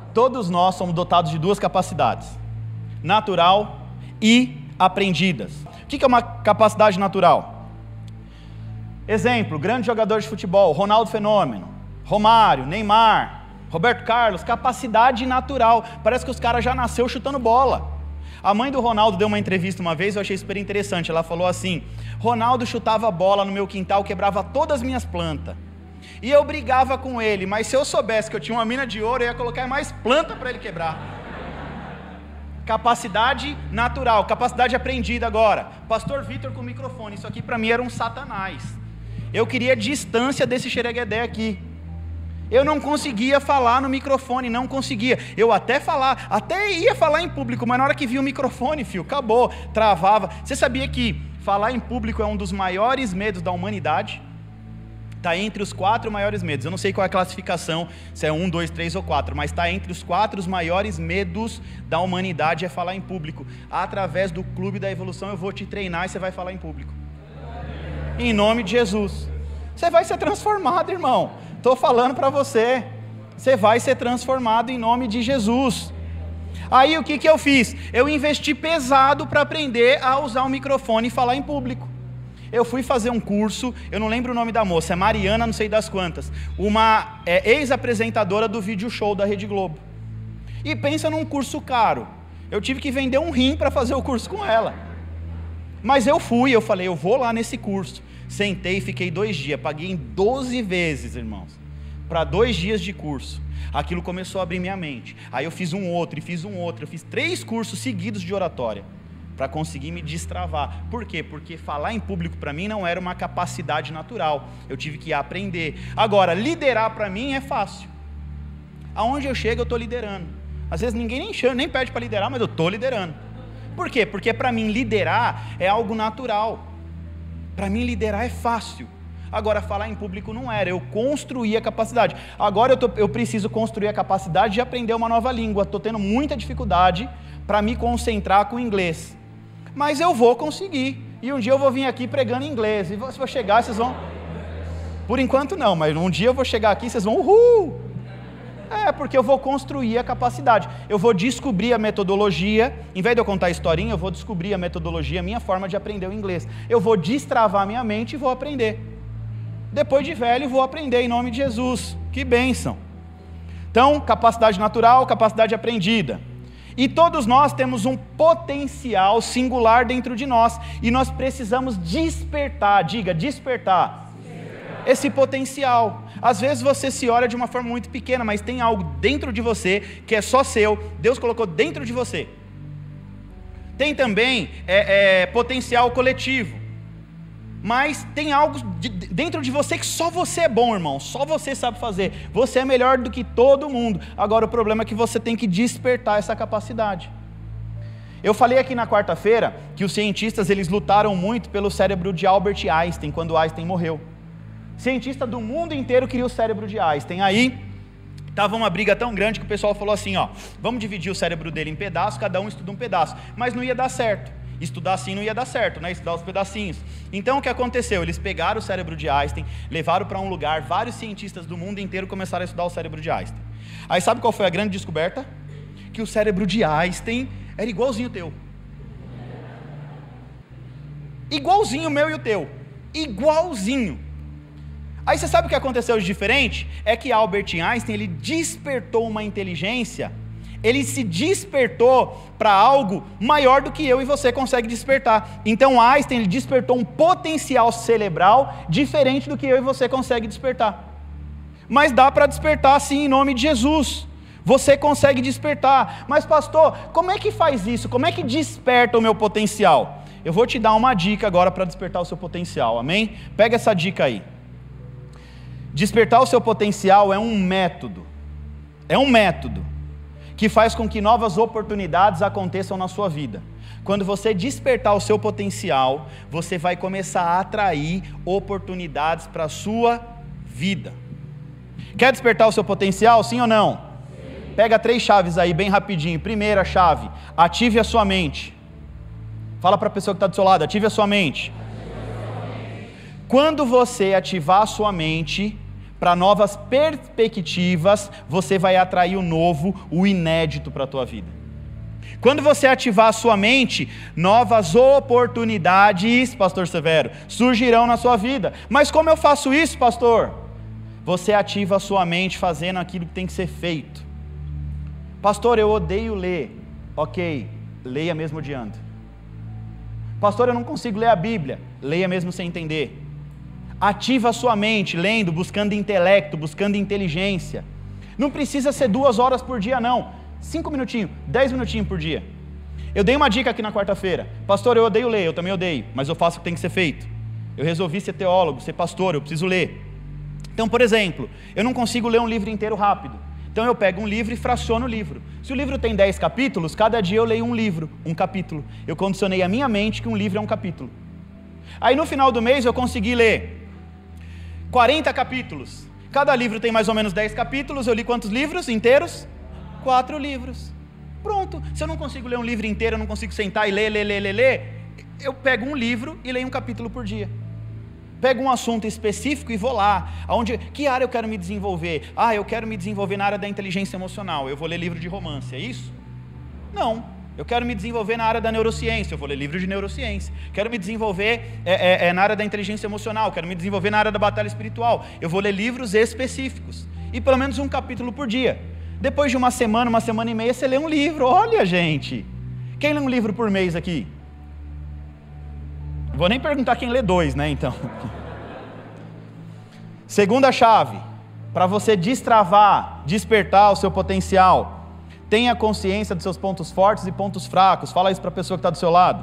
todos nós somos dotados de duas capacidades: natural e aprendidas. O que é uma capacidade natural? Exemplo, grande jogador de futebol, Ronaldo Fenômeno, Romário, Neymar, Roberto Carlos, capacidade natural. Parece que os caras já nasceu chutando bola. A mãe do Ronaldo deu uma entrevista uma vez, eu achei super interessante. Ela falou assim: Ronaldo chutava bola no meu quintal, quebrava todas as minhas plantas. E eu brigava com ele, mas se eu soubesse que eu tinha uma mina de ouro, eu ia colocar mais planta para ele quebrar. Capacidade natural, capacidade aprendida agora. Pastor Vitor com o microfone, isso aqui para mim era um satanás. Eu queria distância desse xereguedé aqui. Eu não conseguia falar no microfone, não conseguia. Eu até ia falar em público, mas na hora que vi o microfone, acabou, travava. Você sabia que falar em público é um dos maiores medos da humanidade? Está entre os 4 maiores medos. Eu não sei qual é a classificação, se é 1, 2, 3 ou 4, mas está entre os 4 maiores medos da humanidade é falar em público. Através do Clube da Evolução eu vou te treinar e você vai falar em público. Em nome de Jesus. Você vai ser transformado, irmão. Estou falando para você. Você vai ser transformado em nome de Jesus. Aí o que eu fiz? Eu investi pesado para aprender a usar o microfone e falar em público. Eu fui fazer um curso, eu não lembro o nome da moça, é Mariana, não sei das quantas, uma ex-apresentadora do vídeo show da Rede Globo. E pensa num curso caro. Eu tive que vender um rim para fazer o curso com ela. Mas eu falei, eu vou lá nesse curso. Sentei e fiquei 2 dias, paguei em 12 vezes, irmãos, para 2 dias de curso. Aquilo começou a abrir minha mente. Aí eu fiz um outro, eu fiz 3 cursos seguidos de oratória, para conseguir me destravar. Por quê? Porque falar em público para mim não era uma capacidade natural, eu tive que aprender. Agora, liderar para mim é fácil. Aonde eu chego eu estou liderando. Às vezes ninguém nem pede para liderar, mas eu estou liderando. Por quê? Porque para mim liderar é algo natural. Para mim liderar é fácil. Agora falar em público não era, eu construí a capacidade. Agora eu preciso construir a capacidade de aprender uma nova língua. Estou tendo muita dificuldade para me concentrar com o inglês. Mas eu vou conseguir. E um dia eu vou vir aqui pregando em inglês. E se eu chegar, vocês vão... Por enquanto não, mas um dia eu vou chegar aqui e vocês vão... Uhul! Porque eu vou construir a capacidade. Eu vou descobrir a metodologia. Em vez de eu contar a historinha, eu vou descobrir a metodologia, a minha forma de aprender o inglês. Eu vou destravar minha mente e vou aprender. Depois de velho, vou aprender em nome de Jesus. Que bênção! Então, capacidade natural, capacidade aprendida. E todos nós temos um potencial singular dentro de nós. E nós precisamos despertar, diga, despertar. Esse potencial. Às vezes você se olha de uma forma muito pequena, mas tem algo dentro de você que é só seu, Deus colocou dentro de você. Tem também potencial coletivo, mas tem algo dentro de você que só você é bom, irmão, só você sabe fazer, você é melhor do que todo mundo. Agora o problema é que você tem que despertar essa capacidade. Eu falei aqui na quarta-feira que os cientistas eles lutaram muito pelo cérebro de Albert Einstein, quando Einstein morreu. Cientista do mundo inteiro queria o cérebro de Einstein. Aí estava uma briga tão grande que o pessoal falou assim, vamos dividir o cérebro dele em pedaços, cada um estuda um pedaço. Mas não ia dar certo. Estudar assim não ia dar certo, né? Estudar os pedacinhos. Então o que aconteceu? Eles pegaram o cérebro de Einstein, levaram para um lugar, vários cientistas do mundo inteiro começaram a estudar o cérebro de Einstein. Aí sabe qual foi a grande descoberta? Que o cérebro de Einstein era igualzinho o teu. Igualzinho o meu e o teu. Igualzinho. Aí você sabe o que aconteceu de diferente? É que Albert Einstein, ele despertou uma inteligência, ele se despertou para algo maior do que eu e você consegue despertar. Então Einstein, ele despertou um potencial cerebral diferente do que eu e você consegue despertar. Mas dá para despertar sim, em nome de Jesus. Você consegue despertar. Mas pastor, como é que faz isso? Como é que desperta o meu potencial? Eu vou te dar uma dica agora para despertar o seu potencial, amém? Pega essa dica aí. Despertar o seu potencial é um método que faz com que novas oportunidades aconteçam na sua vida. Quando você despertar o seu potencial, você vai começar a atrair oportunidades para a sua vida. Quer despertar o seu potencial, sim ou não? Sim. Pega 3 chaves aí, bem rapidinho. Primeira chave, ative a sua mente. Fala para a pessoa que está do seu lado, ative a sua mente. Quando você ativar a sua mente, para novas perspectivas, você vai atrair o novo, o inédito para a tua vida. Quando você ativar a sua mente, novas oportunidades, pastor Severo, surgirão na sua vida. Mas como eu faço isso, pastor? Você ativa a sua mente fazendo aquilo que tem que ser feito. Pastor, eu odeio ler. Ok, leia mesmo odiando. Pastor, eu não consigo ler a Bíblia. Leia mesmo sem entender. Ativa a sua mente, lendo, buscando intelecto, buscando inteligência. Não precisa ser 2 horas por dia, não. 5 minutinhos, 10 minutinhos por dia. Eu dei uma dica aqui na quarta-feira. Pastor, eu odeio ler, eu também odeio, mas eu faço o que tem que ser feito. Eu resolvi ser teólogo, ser pastor, eu preciso ler. Então, por exemplo, eu não consigo ler um livro inteiro rápido. Então eu pego um livro e fraciono o livro. Se o livro tem 10 capítulos, cada dia eu leio um livro, um capítulo. Eu condicionei a minha mente que um livro é um capítulo. Aí no final do mês eu consegui ler 40 capítulos. Cada livro tem mais ou menos 10 capítulos. Eu li quantos livros inteiros? 4 livros. Pronto. Se eu não consigo ler um livro inteiro, eu não consigo sentar e ler, eu pego um livro e leio um capítulo por dia. Pego um assunto específico e vou lá. Que área eu quero me desenvolver? Eu quero me desenvolver na área da inteligência emocional. Eu vou ler livro de romance, é isso? Não. Eu quero me desenvolver na área da neurociência. Eu vou ler livro de neurociência. Quero me desenvolver na área da inteligência emocional. Quero me desenvolver na área da batalha espiritual. Eu vou ler livros específicos. E pelo menos um capítulo por dia. Depois de uma semana e meia, você lê um livro. Olha, gente. Quem lê um livro por mês aqui? Vou nem perguntar quem lê 2, né, então. Segunda chave, para você destravar, despertar o seu potencial, tenha consciência dos seus pontos fortes e pontos fracos. Fala isso para a pessoa que está do seu lado.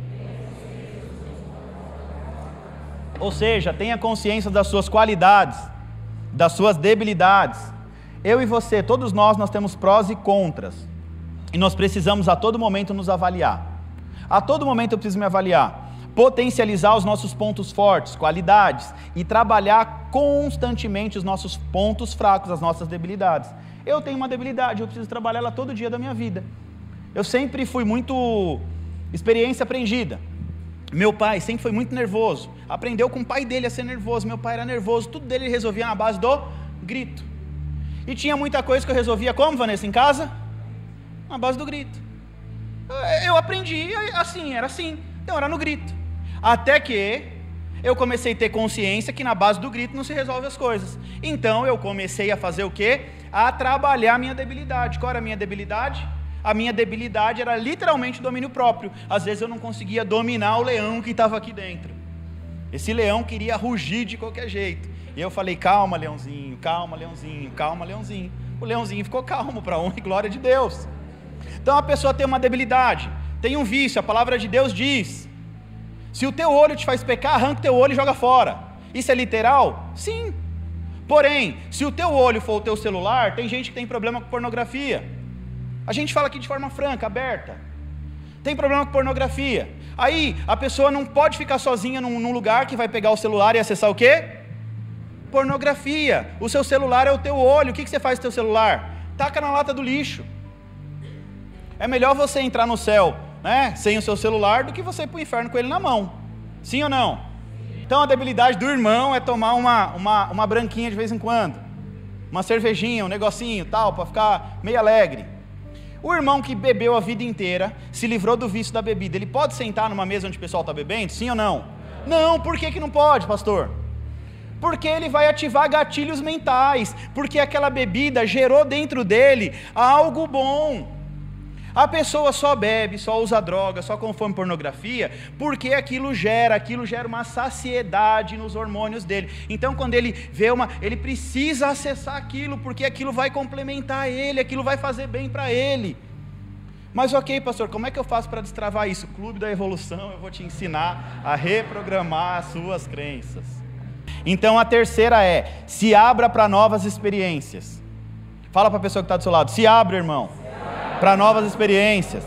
Ou seja, tenha consciência das suas qualidades, das suas debilidades. Eu e você, todos nós temos prós e contras. E nós precisamos a todo momento nos avaliar. A todo momento eu preciso me avaliar. Potencializar os nossos pontos fortes, qualidades, e trabalhar constantemente os nossos pontos fracos, as nossas debilidades. Eu tenho uma debilidade, eu preciso trabalhar ela todo dia da minha vida. Eu sempre fui muito experiência aprendida. Meu pai sempre foi muito nervoso, aprendeu com o pai dele a ser nervoso. Meu pai era nervoso, tudo dele ele resolvia na base do grito. E tinha muita coisa que eu resolvia como, Vanessa, em casa? Na base do grito. Eu aprendi assim, era assim, então era no grito. Até que eu comecei a ter consciência que na base do grito não se resolve as coisas. Então eu comecei a fazer o quê? A trabalhar a minha debilidade. Qual era a minha debilidade? A minha debilidade era literalmente domínio próprio. Às vezes eu não conseguia dominar o leão que estava aqui dentro. Esse leão queria rugir de qualquer jeito. E eu falei, calma leãozinho, calma leãozinho, calma leãozinho. O leãozinho ficou calmo para a honra e glória de Deus. Então a pessoa tem uma debilidade, tem um vício. A palavra de Deus diz: se o teu olho te faz pecar, arranca o teu olho e joga fora. Isso é literal? Sim. Porém, se o teu olho for o teu celular, tem gente que tem problema com pornografia. A gente fala aqui de forma franca, aberta. Tem problema com pornografia. Aí, a pessoa não pode ficar sozinha num lugar que vai pegar o celular e acessar o quê? Pornografia. O seu celular é o teu olho. O que você faz com o teu celular? Taca na lata do lixo. É melhor você entrar no céu, né, sem o seu celular, do que você ir para o inferno com ele na mão. Sim ou não? Então a debilidade do irmão é tomar uma branquinha de vez em quando, uma cervejinha, um negocinho tal, para ficar meio alegre. O irmão que bebeu a vida inteira, se livrou do vício da bebida, ele pode sentar numa mesa onde o pessoal está bebendo? Sim ou não? Não. Por que não pode, pastor? Porque ele vai ativar gatilhos mentais, porque aquela bebida gerou dentro dele algo bom. A pessoa só bebe, só usa droga, só consome pornografia, porque aquilo gera uma saciedade nos hormônios dele. Então quando ele vê ele precisa acessar aquilo, porque aquilo vai complementar ele, aquilo vai fazer bem para ele. Mas ok, pastor, como é que eu faço para destravar isso? Clube da Evolução, eu vou te ensinar a reprogramar as suas crenças. Então a terceira é: se abra para novas experiências. Fala para a pessoa que está do seu lado: se abra, irmão, para novas experiências.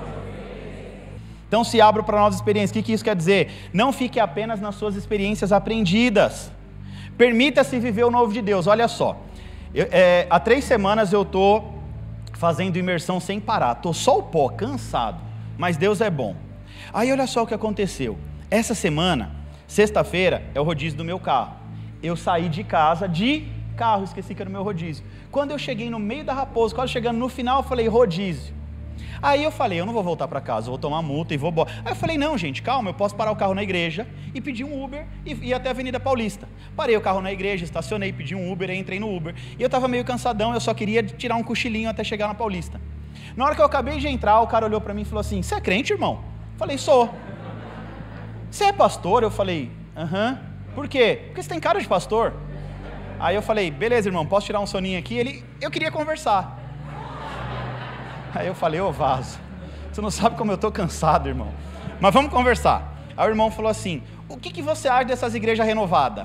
Então se abra para novas experiências. O que isso quer dizer? Não fique apenas nas suas experiências aprendidas. Permita-se viver o novo de Deus. Olha só, há 3 semanas eu estou fazendo imersão sem parar. Estou só o pó, cansado, mas Deus é bom. Aí olha só o que aconteceu. Essa semana, sexta-feira, é o rodízio do meu carro. eu saí de casa de carro, esqueci que era o meu rodízio. Quando eu cheguei no meio da Raposo, quase chegando no final, eu falei, rodízio. Aí eu falei, eu não vou voltar para casa, eu vou tomar multa e vou embora. Aí eu falei, não gente, calma, eu posso parar o carro na igreja e pedir um Uber e ir até a Avenida Paulista. Parei o carro na igreja, estacionei, pedi um Uber e entrei no Uber. E eu estava meio cansadão, eu só queria tirar um cochilinho até chegar na Paulista. Na hora que eu acabei de entrar, o cara olhou para mim e falou assim, você é crente, irmão? Eu falei, sou. Você é pastor? Eu falei, aham. Por quê? Porque você tem cara de pastor. Aí eu falei, beleza irmão, posso tirar um soninho aqui? Eu queria conversar. Aí eu falei, ô vaso, você não sabe como eu estou cansado, irmão. Mas vamos conversar. Aí o irmão falou assim, o que você acha dessas igrejas renovadas?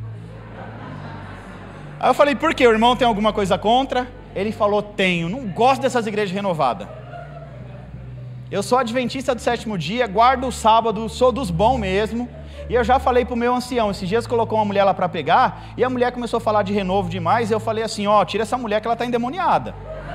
Aí eu falei, por quê? O irmão tem alguma coisa contra? Ele falou, tenho, não gosto dessas igrejas renovadas. Eu sou adventista do 7º dia, guardo o sábado, sou dos bons mesmo. E eu já falei para o meu ancião, esses dias colocou uma mulher lá para pegar, e a mulher começou a falar de renovo demais, e eu falei assim, ó, tira essa mulher que ela está endemoniada.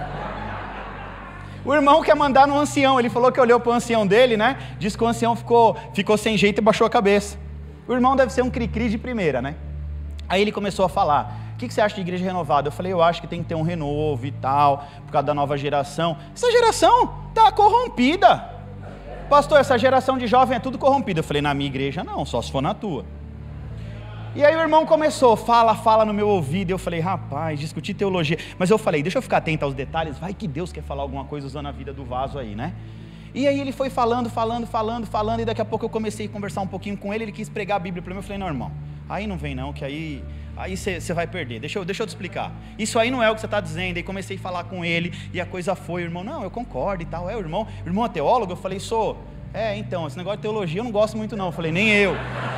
O irmão quer mandar no ancião, ele falou que olhou para o ancião dele, né? Disse que o ancião ficou sem jeito e baixou a cabeça. O irmão deve ser um cri-cri de primeira, né? Aí ele começou a falar, o que você acha de igreja renovada? Eu falei, eu acho que tem que ter um renovo e tal, por causa da nova geração. Essa geração está corrompida. Pastor, essa geração de jovem é tudo corrompida. Eu falei, na minha igreja não, só se for na tua. E aí o irmão começou, fala no meu ouvido, eu falei, rapaz, discutir teologia, mas eu falei, deixa eu ficar atento aos detalhes, vai que Deus quer falar alguma coisa usando a vida do vaso aí, né? E aí ele foi falando, e daqui a pouco eu comecei a conversar um pouquinho com ele, ele quis pregar a Bíblia para mim, eu falei, não irmão, aí não vem não, que aí você vai perder, deixa eu te explicar, isso aí não é o que você está dizendo. Aí comecei a falar com ele, e a coisa foi, o irmão, não, eu concordo e tal, o irmão é teólogo? Eu falei, sou, então, esse negócio de teologia eu não gosto muito não, eu falei, nem eu.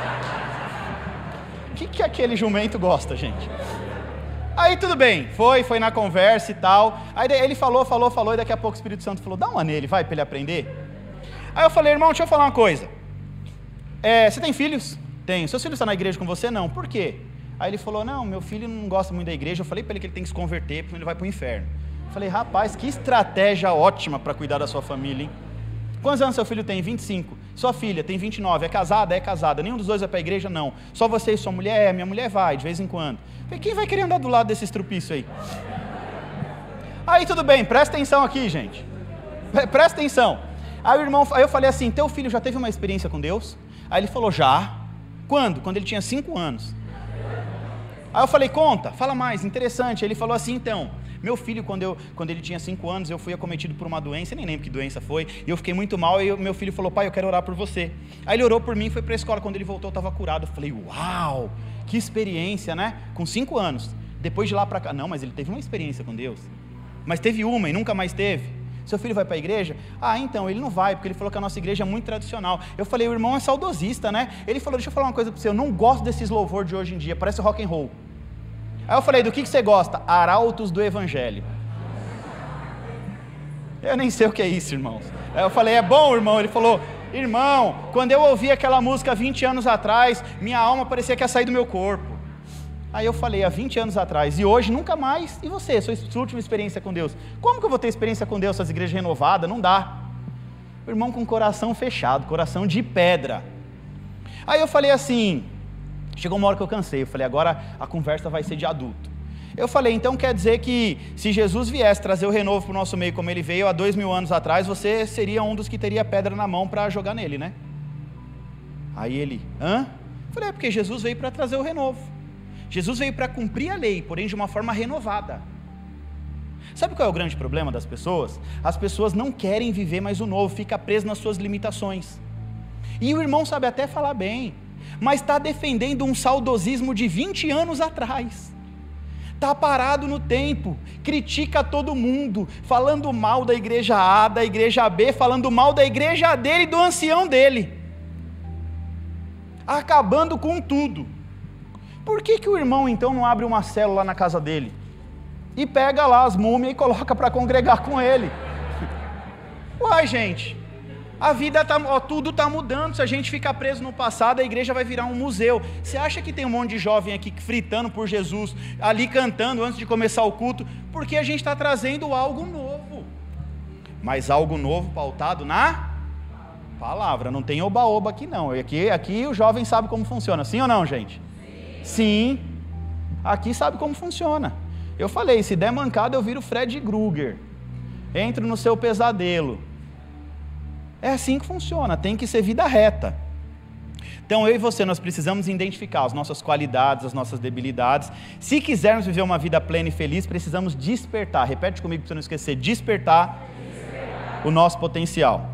O que aquele jumento gosta, gente? Aí tudo bem, foi na conversa e tal. Aí ele falou, e daqui a pouco o Espírito Santo falou, dá uma nele, vai, para ele aprender. Aí eu falei, irmão, deixa eu falar uma coisa. Você tem filhos? Tenho. Seus filhos estão na igreja com você? Não. Por quê? Aí ele falou, não, meu filho não gosta muito da igreja. Eu falei para ele que ele tem que se converter, porque ele vai para o inferno. Eu falei, rapaz, que estratégia ótima para cuidar da sua família, hein? Quantos anos seu filho tem? 25. Sua filha tem 29. É casada? É casada. Nenhum dos dois vai para a igreja? Não. Só você e sua mulher? Minha mulher vai, de vez em quando. Falei, quem vai querer andar do lado desse estrupício aí? Aí tudo bem, presta atenção aqui, gente. Presta atenção. Aí eu falei assim, teu filho já teve uma experiência com Deus? Aí ele falou, já. Quando? Quando ele tinha 5 anos. Aí eu falei, conta, fala mais, interessante. Ele falou assim, então, meu filho, quando ele tinha 5 anos, eu fui acometido por uma doença, nem lembro que doença foi, e eu fiquei muito mal, e meu filho falou, pai, eu quero orar por você. Aí ele orou por mim, foi para a escola, quando ele voltou eu estava curado. Eu falei, uau, que experiência, né? Com 5 anos, depois de lá para cá, não, mas ele teve uma experiência com Deus, mas teve uma e nunca mais teve. Seu filho vai para a igreja? Então, ele não vai, porque ele falou que a nossa igreja é muito tradicional. Eu falei, o irmão é saudosista, né? Ele falou, deixa eu falar uma coisa para você, eu não gosto desses louvor de hoje em dia, parece rock and roll. Aí eu falei, do que você gosta? Arautos do Evangelho. Eu nem sei o que é isso, irmãos. Aí eu falei, é bom, irmão? Ele falou, irmão, quando eu ouvi aquela música 20 anos atrás, minha alma parecia que ia sair do meu corpo. Aí eu falei, há 20 anos atrás, e hoje nunca mais. E você, sua última experiência com Deus? Como que eu vou ter experiência com Deus, essas igrejas renovadas? Não dá. O irmão com coração fechado, coração de pedra. Aí eu falei assim, chegou uma hora que eu cansei, eu falei, agora a conversa vai ser de adulto. Eu falei, então quer dizer que se Jesus viesse trazer o renovo para o nosso meio como ele veio há 2000 anos atrás, você seria um dos que teria pedra na mão para jogar nele, né? Aí ele, hã? Eu falei, porque Jesus veio para trazer o renovo. Jesus veio para cumprir a lei, porém de uma forma renovada. Sabe qual é o grande problema das pessoas? As pessoas não querem viver mais o novo, fica preso nas suas limitações. E o irmão sabe até falar bem, mas está defendendo um saudosismo de 20 anos atrás. Está parado no tempo, critica todo mundo, falando mal da igreja A, da igreja B, falando mal da igreja dele e do ancião dele. Acabando com tudo. Por que o irmão então não abre uma célula na casa dele? E pega lá as múmias e coloca para congregar com ele? Uai, gente, a vida tudo está mudando. Se a gente ficar preso no passado, a igreja vai virar um museu. Você acha que tem um monte de jovem aqui fritando por Jesus, ali cantando antes de começar o culto? Porque a gente está trazendo algo novo. Mas algo novo pautado na palavra. Não tem oba-oba aqui não. Aqui o jovem sabe como funciona. Sim ou não, gente? Sim. aqui sabe como funciona. Eu falei, se der mancada eu viro Fred Krueger, entro no seu pesadelo. É assim que funciona, tem que ser vida reta. Então eu e você, nós precisamos identificar as nossas qualidades, as nossas debilidades. Se quisermos viver uma vida plena e feliz, precisamos despertar, repete comigo para você não esquecer, despertar o nosso potencial.